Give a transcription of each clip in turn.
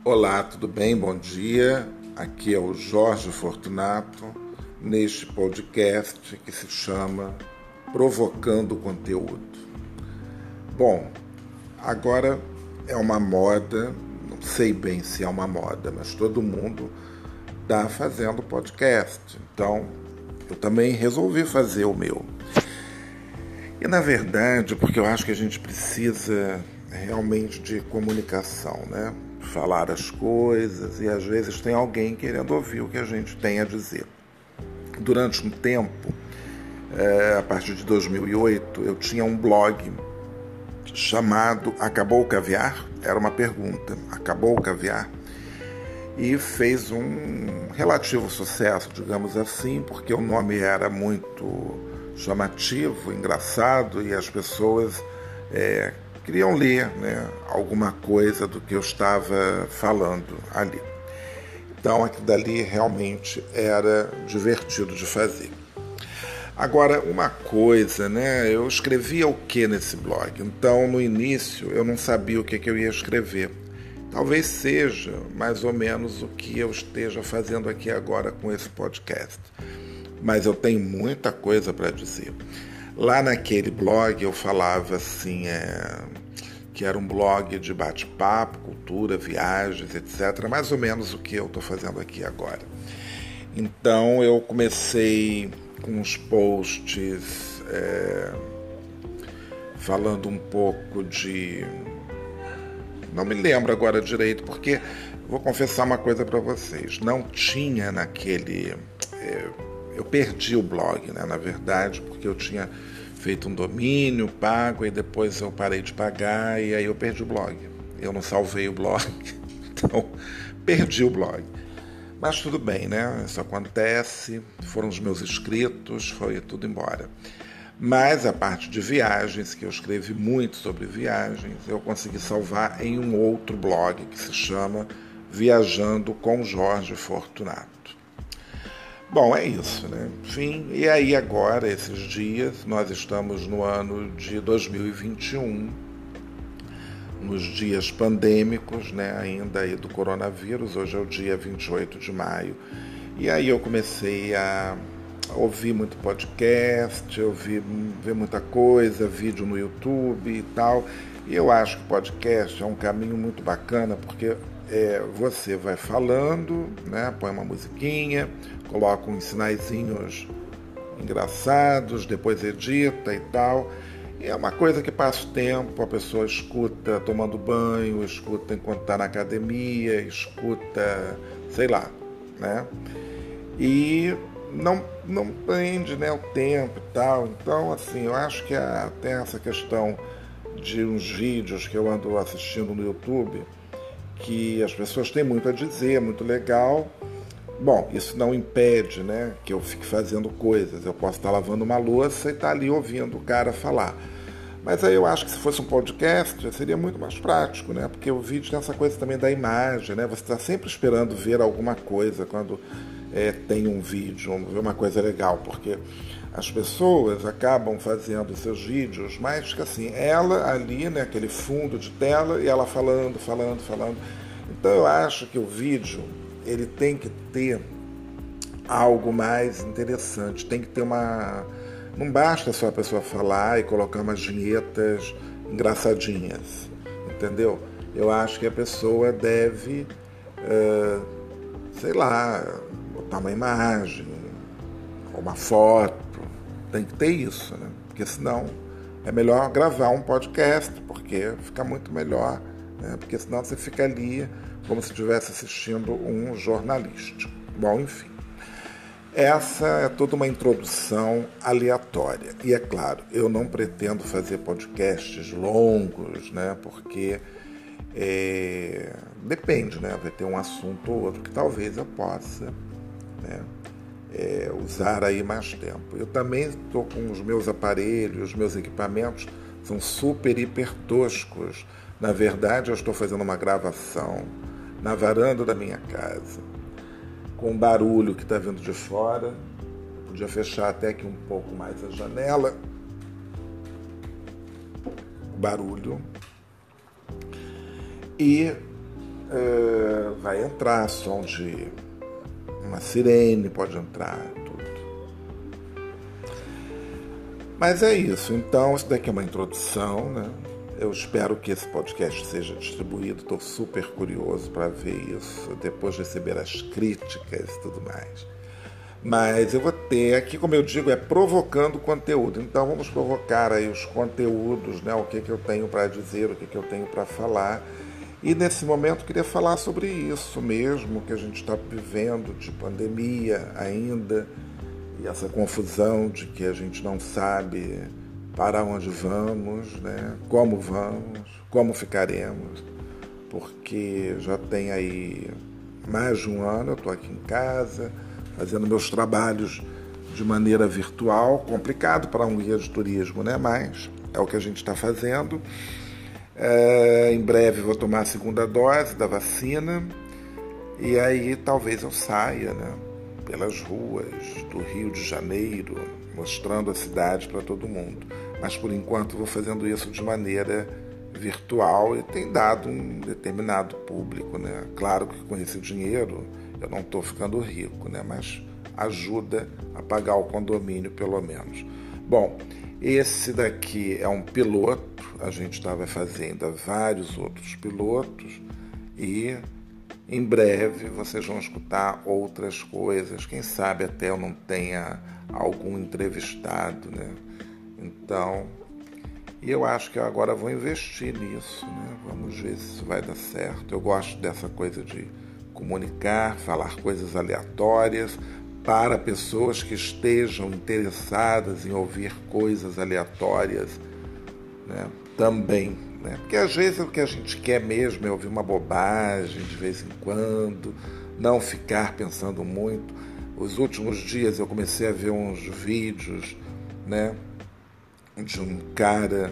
Olá, tudo bem? Bom dia. Aqui é o Jorge Fortunato, neste podcast que se chama Provocando Conteúdo. Bom, agora é uma moda, não sei bem se é uma moda, mas todo mundo está fazendo podcast. Então, eu também resolvi fazer o meu. E, na verdade, porque eu acho que a gente precisa realmente de comunicação, né? Falar as coisas e às vezes tem alguém querendo ouvir o que a gente tem a dizer. Durante um tempo, a partir de 2008, eu tinha um blog chamado Acabou o Caviar? Era uma pergunta. Acabou o caviar? E fez um relativo sucesso, digamos assim, porque o nome era muito chamativo, engraçado, e as pessoas queriam ler, né, alguma coisa do que eu estava falando ali. Então, aquilo dali realmente era divertido de fazer. Agora, uma coisa, né, eu escrevia o que nesse blog? Então, no início, eu não sabia o que eu ia escrever. Talvez seja mais ou menos o que eu esteja fazendo aqui agora com esse podcast. Mas eu tenho muita coisa para dizer. Lá naquele blog eu falava assim, que era um blog de bate-papo, cultura, viagens, etc. Mais ou menos o que eu estou fazendo aqui agora. Então eu comecei com uns posts falando um pouco de... Não me lembro agora direito, porque vou confessar uma coisa para vocês. Não tinha naquele... Eu perdi o blog, né, na verdade, porque eu tinha feito um domínio pago e depois eu parei de pagar e aí eu perdi o blog. Eu não salvei o blog, então perdi o blog. Mas tudo bem, né? Isso acontece, foram os meus inscritos, foi tudo embora. Mas a parte de viagens, que eu escrevi muito sobre viagens, eu consegui salvar em um outro blog que se chama Viajando com Jorge Fortunato. Bom, é isso, né? Enfim, e aí agora, esses dias, nós estamos no ano de 2021, nos dias pandêmicos, né? Ainda aí do coronavírus, hoje é o dia 28 de maio, e aí eu comecei a ouvir muito podcast, ver muita coisa, vídeo no YouTube e tal, e eu acho que podcast é um caminho muito bacana, porque você vai falando, né? Põe uma musiquinha, coloca uns sinaizinhos engraçados, depois edita e tal. E é uma coisa que passa o tempo, a pessoa escuta tomando banho, escuta enquanto está na academia, escuta, sei lá, né? E não prende, né, o tempo e tal. Então, assim, eu acho que até essa questão de uns vídeos que eu ando assistindo no YouTube, que as pessoas têm muito a dizer, muito legal. Bom, isso não impede, né, que eu fique fazendo coisas. Eu posso estar lavando uma louça e estar ali ouvindo o cara falar. Mas aí eu acho que se fosse um podcast seria muito mais prático, né? Porque o vídeo tem essa coisa também da imagem, né? Você está sempre esperando ver alguma coisa quando tem um vídeo, ver uma coisa legal, porque as pessoas acabam fazendo seus vídeos mais que assim, ela ali, né, aquele fundo de tela e ela falando. Então eu acho que o vídeo, ele tem que ter algo mais interessante, tem que ter uma... Não basta só a pessoa falar e colocar umas vinhetas engraçadinhas, entendeu? Eu acho que a pessoa deve, sei lá, botar uma imagem, uma foto, tem que ter isso, né? Porque senão é melhor gravar um podcast, porque fica muito melhor, né? Porque senão você fica ali como se estivesse assistindo um jornalístico. Bom, enfim. Essa é toda uma introdução aleatória. E é claro, eu não pretendo fazer podcasts longos, né? Porque depende, né? Vai ter um assunto ou outro que talvez eu possa, né, usar aí mais tempo. Eu também estou com os meus aparelhos, os meus equipamentos são super, hiper toscos. Na verdade, eu estou fazendo uma gravação na varanda da minha casa, com um barulho que está vindo de fora. Eu podia fechar até aqui um pouco mais a janela. O barulho. E vai entrar som de uma sirene, pode entrar tudo. Mas é isso, então isso daqui é uma introdução, né? Eu espero que esse podcast seja distribuído, estou super curioso para ver isso, depois de receber as críticas e tudo mais. Mas eu vou ter aqui, como eu digo, é provocando conteúdo. Então vamos provocar aí os conteúdos, né? O que eu tenho para dizer, o que eu tenho para falar. E nesse momento eu queria falar sobre isso mesmo, que a gente está vivendo de pandemia ainda, e essa confusão de que a gente não sabe para onde vamos, né? Como ficaremos, porque já tem aí mais de um ano, eu estou aqui em casa, fazendo meus trabalhos de maneira virtual, complicado para um guia de turismo, né? Mas é o que a gente está fazendo. Em breve vou tomar a segunda dose da vacina, e aí talvez eu saia, né? Pelas ruas do Rio de Janeiro, mostrando a cidade para todo mundo. Mas, por enquanto, vou fazendo isso de maneira virtual e tem dado um determinado público, né? Claro que com esse dinheiro eu não estou ficando rico, né? Mas ajuda a pagar o condomínio, pelo menos. Bom, esse daqui é um piloto, a gente estava fazendo vários outros pilotos e em breve vocês vão escutar outras coisas, quem sabe até eu não tenha algum entrevistado, né? Então, eu acho que agora vou investir nisso, né? Vamos ver se isso vai dar certo. Eu gosto dessa coisa de comunicar, falar coisas aleatórias para pessoas que estejam interessadas em ouvir coisas aleatórias, né? Também, né? Porque às vezes o que a gente quer mesmo é ouvir uma bobagem de vez em quando, não ficar pensando muito. Os últimos dias eu comecei a ver uns vídeos, né, de um cara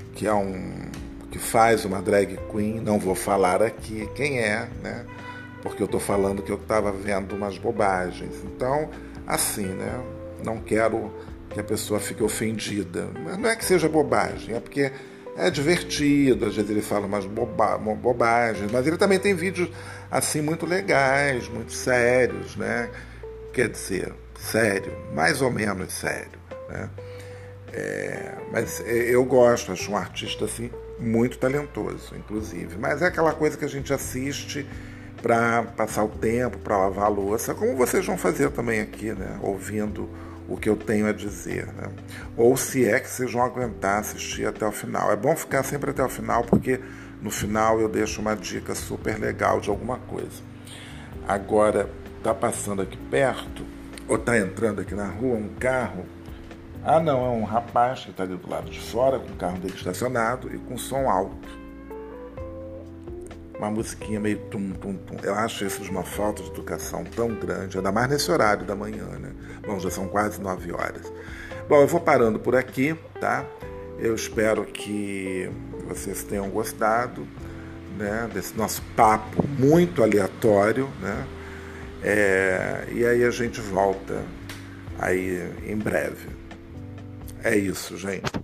que faz uma drag queen, não vou falar aqui quem é, né, porque eu estou falando que eu estava vendo umas bobagens. Então, assim, né, não quero que a pessoa fique ofendida. Mas não é que seja bobagem, é porque é divertido, às vezes ele fala umas bobagens, mas ele também tem vídeos assim muito legais, muito sérios, né? Quer dizer, sério, mais ou menos sério, né? Mas eu gosto, acho um artista assim muito talentoso, inclusive. Mas é aquela coisa que a gente assiste para passar o tempo, para lavar a louça, como vocês vão fazer também aqui, né? Ouvindo o que eu tenho a dizer, né? Ou se é que vocês vão aguentar assistir até o final. É bom ficar sempre até o final, porque no final eu deixo uma dica super legal de alguma coisa. Agora, tá passando aqui perto, ou tá entrando aqui na rua um carro. Ah, não, é um rapaz que está ali do lado de fora, com o carro dele estacionado e com som alto. Uma musiquinha meio tum-tum-tum. Eu acho isso de uma falta de educação tão grande, ainda mais nesse horário da manhã, né? Bom, já são quase 9 horas. Bom, eu vou parando por aqui, tá? Eu espero que vocês tenham gostado, né, desse nosso papo muito aleatório, né? E aí a gente volta aí em breve. É isso, gente.